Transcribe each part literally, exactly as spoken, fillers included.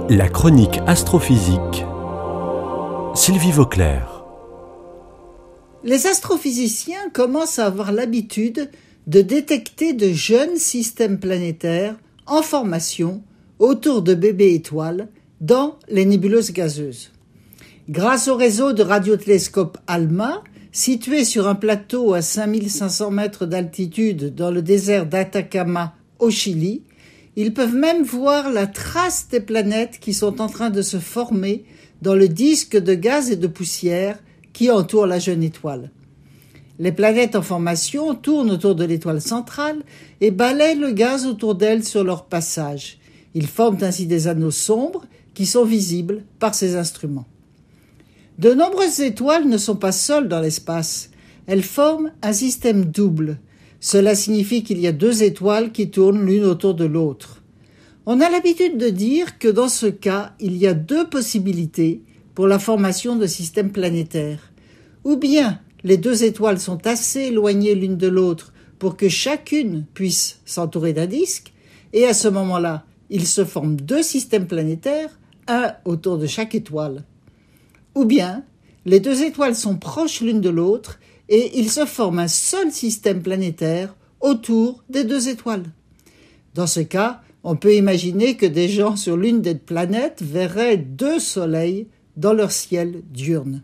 La chronique astrophysique. Sylvie Vauclair. Les astrophysiciens commencent à avoir l'habitude de détecter de jeunes systèmes planétaires en formation autour de bébés étoiles dans les nébuleuses gazeuses. Grâce au réseau de radiotélescopes ALMA, situé sur un plateau à cinq mille cinq cents mètres d'altitude dans le désert d'Atacama au Chili, ils peuvent même voir la trace des planètes qui sont en train de se former dans le disque de gaz et de poussière qui entoure la jeune étoile. Les planètes en formation tournent autour de l'étoile centrale et balayent le gaz autour d'elle sur leur passage. Ils forment ainsi des anneaux sombres qui sont visibles par ces instruments. De nombreuses étoiles ne sont pas seules dans l'espace. Elles forment un système double. Cela signifie qu'il y a deux étoiles qui tournent l'une autour de l'autre. On a l'habitude de dire que dans ce cas, il y a deux possibilités pour la formation de systèmes planétaires. Ou bien les deux étoiles sont assez éloignées l'une de l'autre pour que chacune puisse s'entourer d'un disque, et à ce moment-là, il se forme deux systèmes planétaires, un autour de chaque étoile. Ou bien, les deux étoiles sont proches l'une de l'autre et il se forme un seul système planétaire autour des deux étoiles. Dans ce cas, on peut imaginer que des gens sur l'une des planètes verraient deux soleils dans leur ciel diurne.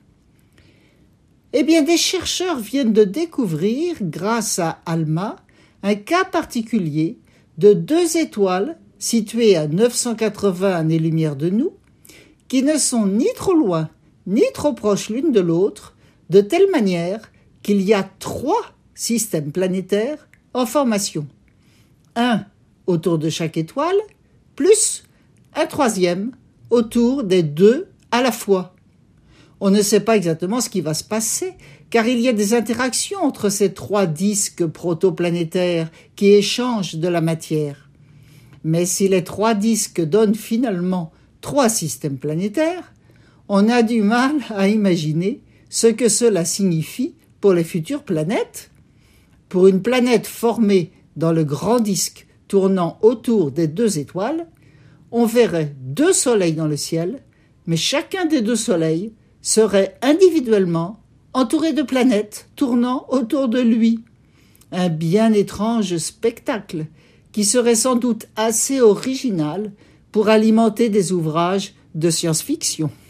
Eh bien, des chercheurs viennent de découvrir, grâce à ALMA, un cas particulier de deux étoiles situées à neuf cent quatre-vingts années-lumière de nous, qui ne sont ni trop loin ni trop proches l'une de l'autre, de telle manière qu'il y a trois systèmes planétaires en formation. Un autour de chaque étoile, plus un troisième autour des deux à la fois. On ne sait pas exactement ce qui va se passer, car il y a des interactions entre ces trois disques protoplanétaires qui échangent de la matière. Mais si les trois disques donnent finalement trois systèmes planétaires, on a du mal à imaginer ce que cela signifie pour les futures planètes. Pour une planète formée dans le grand disque tournant autour des deux étoiles, on verrait deux soleils dans le ciel, mais chacun des deux soleils serait individuellement entouré de planètes tournant autour de lui. Un bien étrange spectacle qui serait sans doute assez original pour alimenter des ouvrages de science-fiction.